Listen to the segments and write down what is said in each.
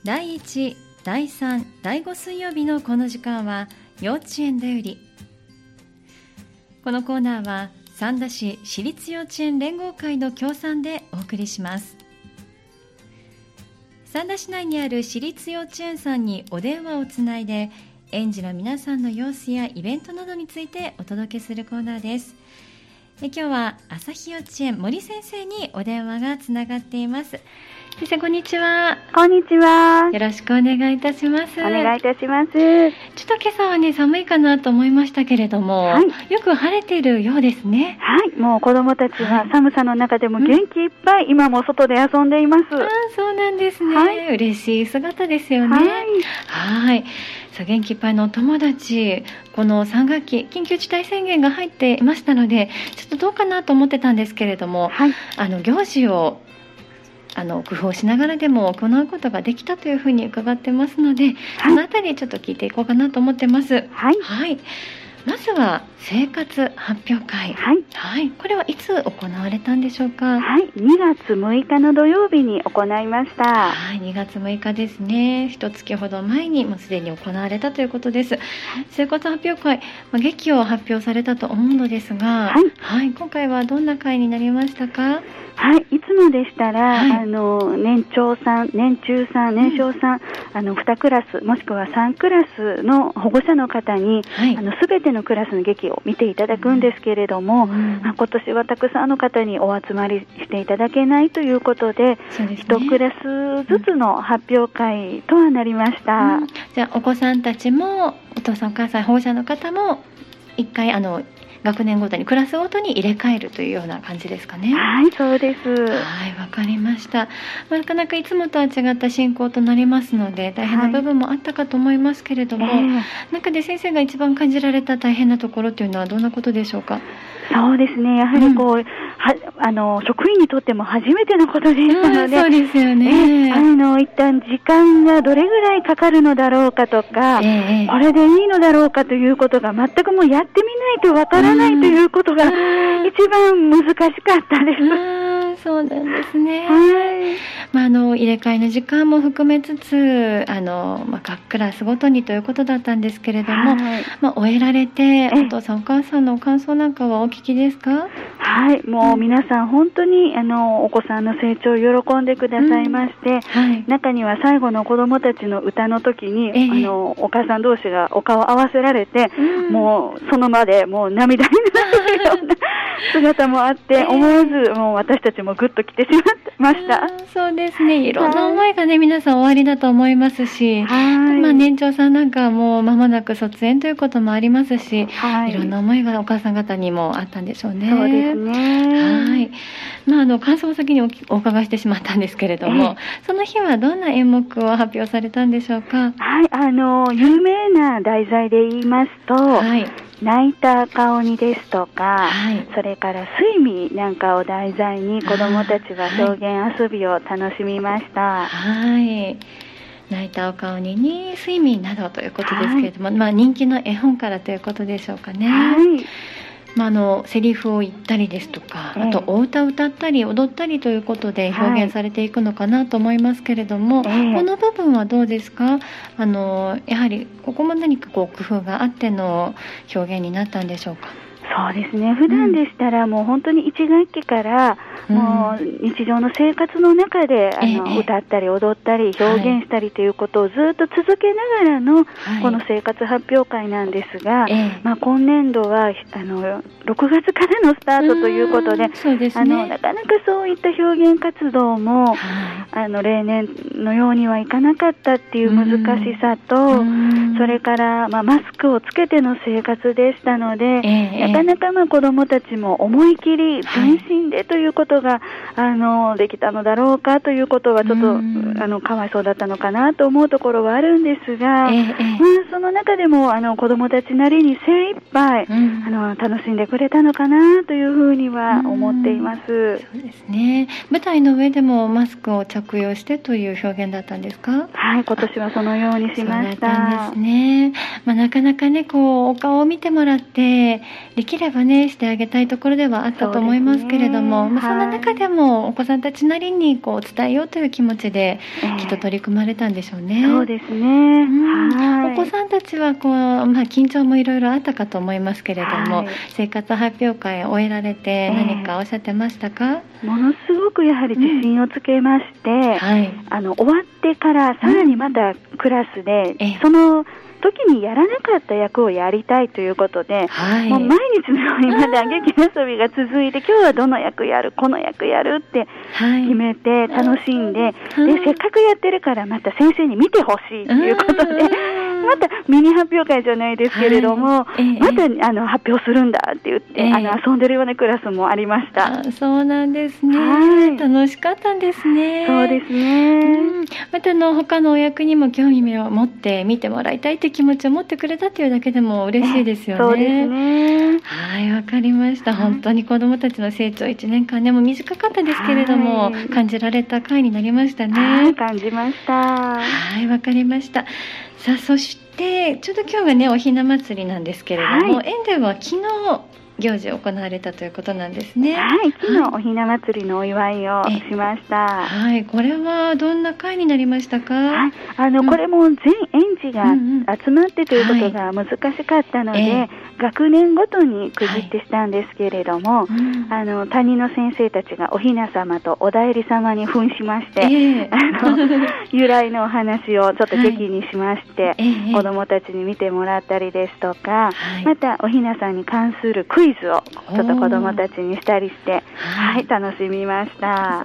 第1、第3、第5水曜日のこの時間は幼稚園だより。このコーナーは三田市私立幼稚園連合会の協賛でお送りします。三田市内にある私立幼稚園さんにお電話をつないで、園児の皆さんの様子やイベントなどについてお届けするコーナーです。今日は朝日幼稚園森先生にお電話がつながっています。先生、こんにちは。 こんにちは。 よろしくお願いいたします。 お願いいたします。 ちょっと今朝はね、寒いかなと思いましたけれども、はい、よく晴れているようですね。 はい、もう子どもたちは寒さの中でも元気いっぱい、今も外で遊んでいます。 そうなんですね。はい、嬉しい姿ですよね。はい。さあ、元気いっぱいのお友達、この3学期緊急事態宣言が入っていましたので、ちょっとどうかなと思ってたんですけれども、はい、行事を工夫をしながらでも行うことができたというふうに伺ってますので、はい、そのあたりちょっと聞いていこうかなと思ってます。はい、はい、まずは生活発表会、はいはい、これはいつ行われたんでしょうか。 はい、2月6日の土曜日に行いました。 はい、2月6日ですね。一月ほど前にもうすでに行われたということです。はい、生活発表会、劇を発表されたと思うのですが、はいはい、今回はどんな会になりましたか。 はい、いつもでしたら、はい、年長さん、年中さん、年少さん、2クラスもしくは3クラスの保護者の方に、はい、全てのクラスの劇を見ていただくんですけれども、今年はたくさんの方にお集まりしていただけないということで、1クラスずつの発表会とはなりました。 じゃあお子さんたちもお父さんお母さん保護者の方も1回学年ごとにクラスごとに入れ替えるというような感じですかね。 はい、そうです。 はい、わかりました。なかなかいつもとは違った進行となりますので、大変な部分もあったかと思いますけれども、中で先生が一番感じられた大変なところというのはどんなことでしょうか。 そうですね、やはり職員にとっても初めてのことでしたので、 そうですよね。 一旦時間がどれぐらいかかるのだろうかとか、これでいいのだろうかということが全くもうやってみないとわからないということが一番難しかったです。 そうなんですね。はい。入れ替えの時間も含めつつ、各クラスごとにということだったんですけれども、終えられて、お父さんお母さんの感想なんかはお聞きですか？ はい、もう皆さん本当にお子さんの成長を喜んでくださいまして、はい、中には最後の子どもたちの歌の時に、お母さん同士がお顔を合わせられて、もうその場でもう涙になるような姿もあって、思わずもう私たちもグッと来てしました。 そうですね、いろんな思いがね、皆さんおありだと思いますし、年長さんなんかはもう間もなく卒園ということもありますし、いろんな思いがお母さん方にもあったんでしょうね。 そうですね。 はい。感想を先にお伺いしてしまったんですけれども、その日はどんな演目を発表されたんでしょうか。 はい、有名な題材で言いますと、泣いた顔にですとか、それから睡眠なんかを題材に子どもたちは表現遊びを楽しみました。 はい。泣いたお顔に睡眠などということですけれども、人気の絵本からということでしょうかね。はい。セリフを言ったりですとか、あとお歌を歌ったり踊ったりということで表現されていくのかなと思いますけれども、この部分はどうですか。やはりここも何か工夫があっての表現になったんでしょうか。 そうですね、普段でしたらもう本当に1学期からもう日常の生活の中で歌ったり踊ったり表現したりということをずっと続けながらのこの生活発表会なんですが、今年度は6月からのスタートということで、なかなかそういった表現活動も例年のようにはいかなかったっていう難しさと、それからマスクをつけての生活でしたので、なかなか子どもたちも思い切り全身でということが、できたのだろうかということはちょっとかわいそうだったのかなと思うところはあるんですが、その中でも子どもたちなりに精一杯、楽しんでくれたのかなというふうには思っています。 そうですね。舞台の上でもマスクを着用してという表現だったんですか。 はい、今年はそのようにしました。 そうだったんですね。なかなかね、お顔を見てもらってできればねしてあげたいところではあったと思いますけれども、そのな中でもお子さんたちなりにこう伝えようという気持ちできっと取り組まれたんでしょうね。 そうですね、 お子さんたちはこう、緊張もいろいろあったかと思いますけれども、生活発表会を終えられて何かおっしゃってましたか？ ものすごくやはり自信をつけまして、終わってからさらにまたクラスで、その時にやらなかった役をやりたいということで、もう毎日のようにまだ劇遊びが続いて、今日はどの役やる、この役やるって決めて楽しんで、でせっかくやってるからまた先生に見てほしいということで、またミニ発表会じゃないですけれども、また発表するんだって言って、遊んでるようなクラスもありました。 そうなんですね、楽しかったんですね。 そうですね、 また他のお役にも興味を持って見てもらいたいという気持ちを持ってくれたというだけでも嬉しいですよね。 そうですね。 はい、わかりました。本当に子どもたちの成長1年間でも短かったですけれども、感じられた回になりましたね。 感じました。 はい、わかりました。さあ、そしてちょうど今日がねおひな祭りなんですけれども、園では昨日行事行われたということなんですね。 昨日おひな祭りのお祝いをしました。 これはどんな会になりましたか？ これも全園児が集まってということが難しかったので、学年ごとに区切ってしたんですけれども、担任の先生たちがおひな様とおだいり様に扮しまして、由来のお話をちょっと劇にしまして、子どもたちに見てもらったりですとか、またおひなさんに関するクイズをちょっと子どもたちにしたりして、楽しみました。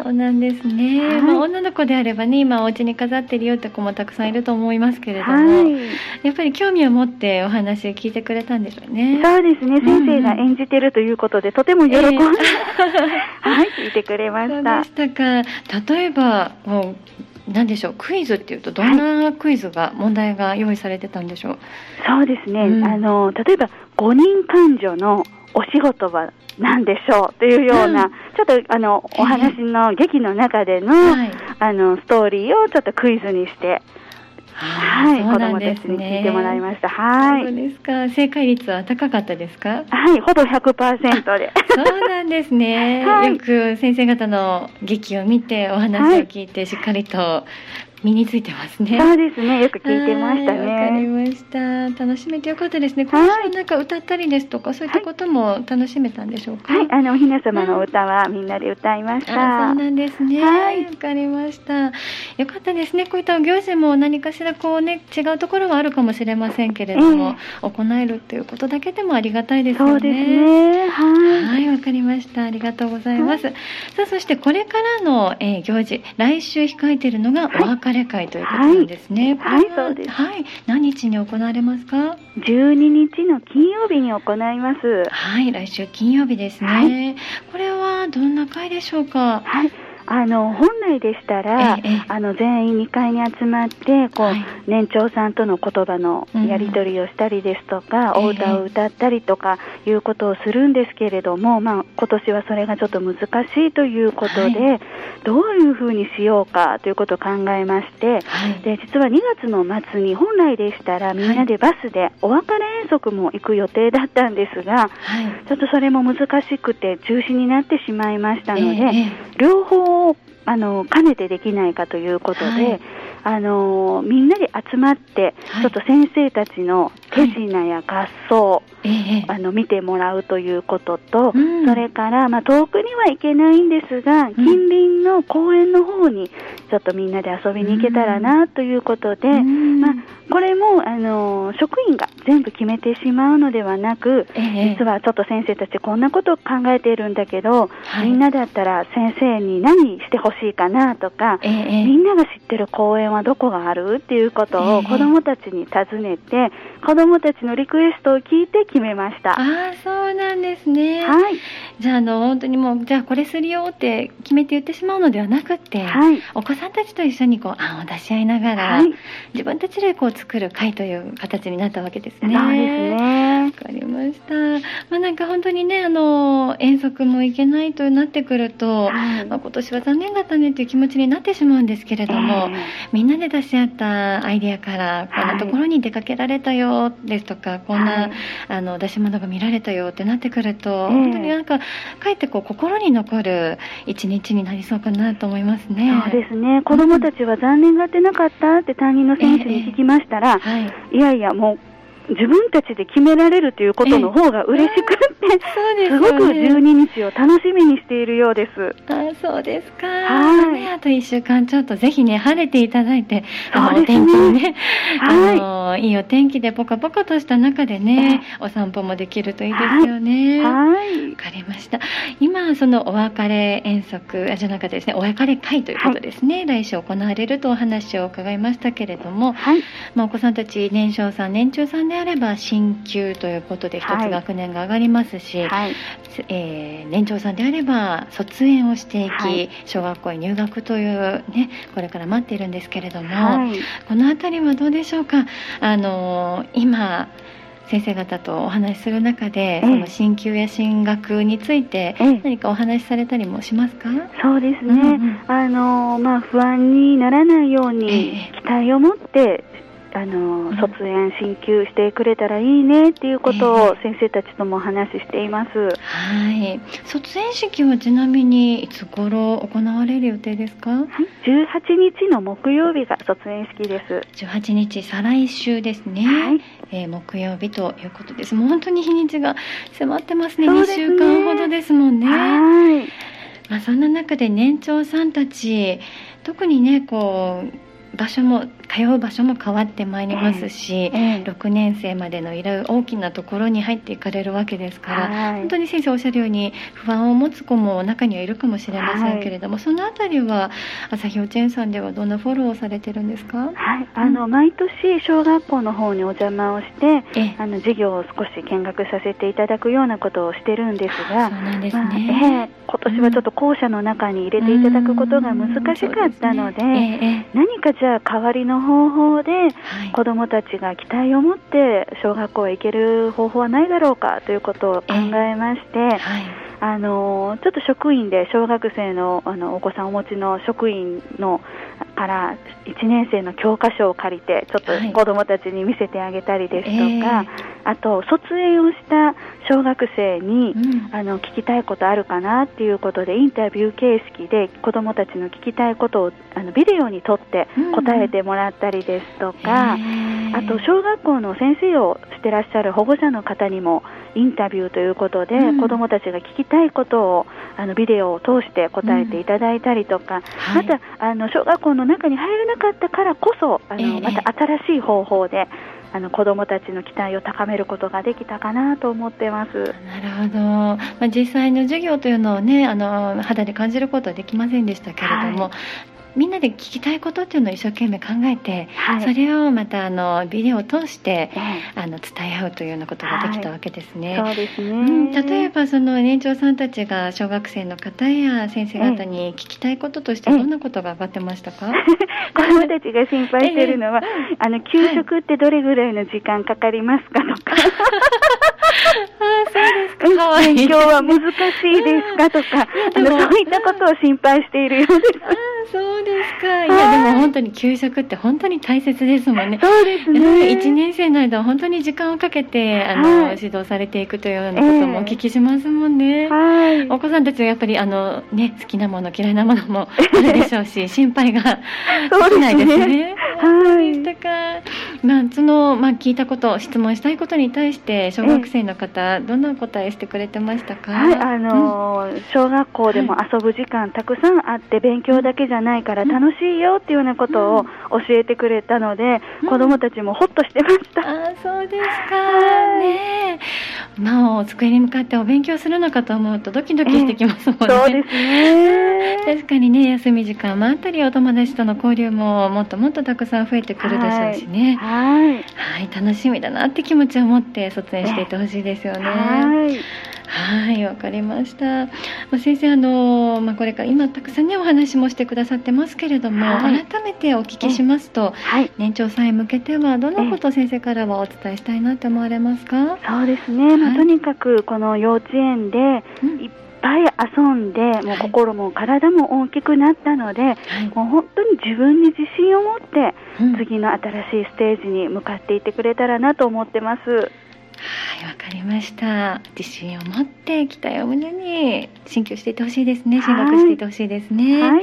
そうなんですね。女の子であればね、今お家に飾ってるよって子もたくさんいると思いますけれども、やっぱり興味を持ってお話を聞いてくれたんでしょうね。 そうですね、先生が演じてるということで、とても喜んで、聞いてくれました。 そうでしたか。例えば何でしょう、クイズっていうとどんなクイズが、問題が用意されてたんでしょう？ そうですね、例えば5人勘定のお仕事は何でしょうというような、ちょっとお話の劇の中での、ストーリーをちょっとクイズにして、子どもたちに聞いてもらいました。 そうですか。正解率は高かったですか？ ほぼ 100% で。 そうなんですね。よく先生方の劇を見てお話を聞いてしっかりと身についてますね。 そうですね、よく聞いてましたね。 わかりました。楽しめてよかったですね。今週なんか歌ったりですとか、そういったことも楽しめたんでしょうか？ おひな様の歌はみんなで歌いました。 そうなんですね。わかりました。よかったですね。こういった行事も何かしら違うところはあるかもしれませんけれども、行えるということだけでもありがたいですよね。 そうですね。 わかりました。ありがとうございます。さあ、そしてこれからの行事、来週控えているのがお別れ会ということなんですね。 そうです。 何日に行われますか ？12日の金曜日に行います。 来週金曜日ですね。これはどんな会でしょうか？ 本来でしたら、全員2階に集まって、年長さんとの言葉のやり取りをしたりですとか、お歌を歌ったりとかいうことをするんですけれども、今年はそれがちょっと難しいということで、どういうふうにしようかということを考えまして、で実は2月の末に本来でしたらみんなでバスでお別れ遠足も行く予定だったんですが、ちょっとそれも難しくて中止になってしまいましたので、両方兼ねてできないかということで、みんなで集まって、ちょっと先生たちの手品や合奏、見てもらうということと、それから、遠くには行けないんですが、近隣の公園の方にちょっとみんなで遊びに行けたらなということで、これも職員が全部決めてしまうのではなく、実はちょっと先生たちこんなことを考えているんだけど、みんなだったら先生に何してほしいかなとか、みんなが知ってる公園はどこがあるっていうことを子どもたちに尋ねて、子どもたちのリクエストを聞いて決めました。 そうなんですね。じゃあ本当にもうじゃあこれするよって決めて言ってしまうのではなくて、お子さんたちと一緒に案を出し合いながら、自分たちで作る会という形になったわけですね。 そうですね。 わかりました。なんか本当にね、遠足も行けないとなってくると、今年は残念だったねという気持ちになってしまうんですけれども、みんなで出し合ったアイデアから、こんなところに出かけられたよですとか、こんな、出し物が見られたよってなってくると、本当になんかかえって心に残る一日になりそうかなと思いますね。 そうですね。子どもたちは残念がってなかったって担任の先生に聞きましたら、いやいや、もう自分たちで決められるということの方が嬉しくって、すごく12日を楽しみにしているようです。 そうですか。あと1週間ちょっとぜひね、晴れていただいて、お天気にね、いいお天気でポカポカとした中でね、お散歩もできるといいですよね。わかりました。今、そのお別れ遠足じゃなかったですね、お別れ会ということですね、来週行われるとお話を伺いましたけれども、お子さんたち年少さん年中さんであれば進級ということで一つ学年が上がりますし、年長さんであれば卒園をしていき、小学校へ入学というね、これから待っているんですけれども、このあたりはどうでしょうか。今先生方とお話しする中で、その進級や進学について何かお話しされたりもしますか？ そうですね、不安にならないように期待を持って卒園進級してくれたらいいねっていうことを先生たちともお話ししています。 卒園式はちなみにいつ頃行われる予定ですか？ 18日の木曜日が卒園式です。 18日、再来週ですね。木曜日ということです。もう本当に日にちが迫ってますね。2週間ほどですもんね。そんな中で年長さんたち、特にね、通う場所も変わってまいりますし、6年生までのいる大きなところに入っていかれるわけですから、本当に先生おっしゃるように不安を持つ子も中にはいるかもしれませんけれども、そのあたりは朝日幼稚園さんではどんなフォローをされてるんですか？ 毎年小学校の方にお邪魔をして授業を少し見学させていただくようなことをしてるんですが、 そうなんですね。 今年はちょっと校舎の中に入れていただくことが難しかったので、何かじゃあ代わりの方法で子どもたちが期待を持って小学校へ行ける方法はないだろうかということを考えまして、ちょっと職員で小学生の、お子さんをお持ちの職員のから1年生の教科書を借りてちょっと子どもたちに見せてあげたりですとか、あと卒園をした小学生に、聞きたいことあるかなっていうことでインタビュー形式で子どもたちの聞きたいことをビデオに撮って答えてもらったりですとか、あと小学校の先生をしてらっしゃる保護者の方にもインタビューということで、子どもたちが聞きたいことをビデオを通して答えていただいたりとか、また小学校の中に入れなかったからこそまた新しい方法で子どもたちの期待を高めることができたかなと思ってます。 なるほど。実際の授業というのをね、肌で感じることはできませんでしたけれども、みんなで聞きたいことっていうのを一生懸命考えて、それをまたビデオを通して伝え合うというようなことができたわけですね。 そうですね。 例えばその年長さんたちが小学生の方や先生方に聞きたいこととしてどんなことが上がってましたか？ 子どもたちが心配しているのは、給食ってどれぐらいの時間かかりますかとかそうですか。 勉強は難しいですかとか、そういったことを心配しているようです。 そうですか。いや、でも本当に給食って本当に大切ですもんね。 そうですね。 1年生の間は本当に時間をかけて指導されていくというようなこともお聞きしますもんね。お子さんたちはやっぱり好きなもの嫌いなものもあるでしょうし、心配が尽きないですね。そうでしたか。聞いたこと、質問したいことに対して小学生の方、どんな答えしてくれてましたか？ 小学校でも遊ぶ時間たくさんあって勉強だけじゃないから楽しいよっていうようなことを教えてくれたので、子どもたちもホッとしてました。 そうですか。ねえ、机に向かってお勉強するのかと思うとドキドキしてきますもんね。 そうですね。 確かにね、休み時間もあったり、お友達との交流ももっともっとたくさん増えてくるでしょうしね。楽しみだなって気持ちを持って卒園していってほしいですよね。 はい、わかりました。先生、これから今たくさんねお話もしてくださってますけれども、改めてお聞きしますと、年長さんへ向けてはどのことを先生からはお伝えしたいなと思われますか？ そうですね、とにかくこの幼稚園でいっぱい遊んで、もう心も体も大きくなったので、もう本当に自分に自信を持って、次の新しいステージに向かっていってくれたらなと思ってます。 はい、わかりました。自信を持って期待を胸に進級していってほしいですね。進学していってほしいですね。はい、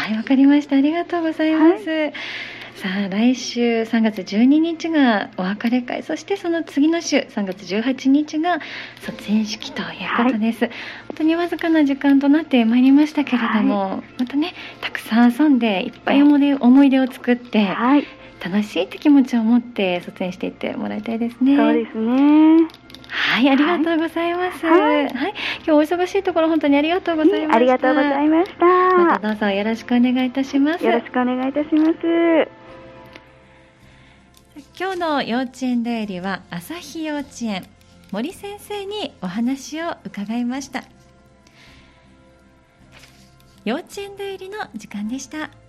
わかりました。ありがとうございます。さあ、来週3月12日がお別れ会、そしてその次の週3月18日が卒園式ということです。本当にわずかな時間となってまいりましたけれども、またね、たくさん遊んでいっぱい思い出を作って、楽しいって気持ちを持って卒園していってもらいたいですね。 そうですね。 はい、ありがとうございます。今日お忙しいところ本当にありがとうございました。 ありがとうございました。 またどうぞよろしくお願いいたします。 よろしくお願いいたします。 今日の幼稚園だよりは朝日幼稚園森先生にお話を伺いました。幼稚園だよりの時間でした。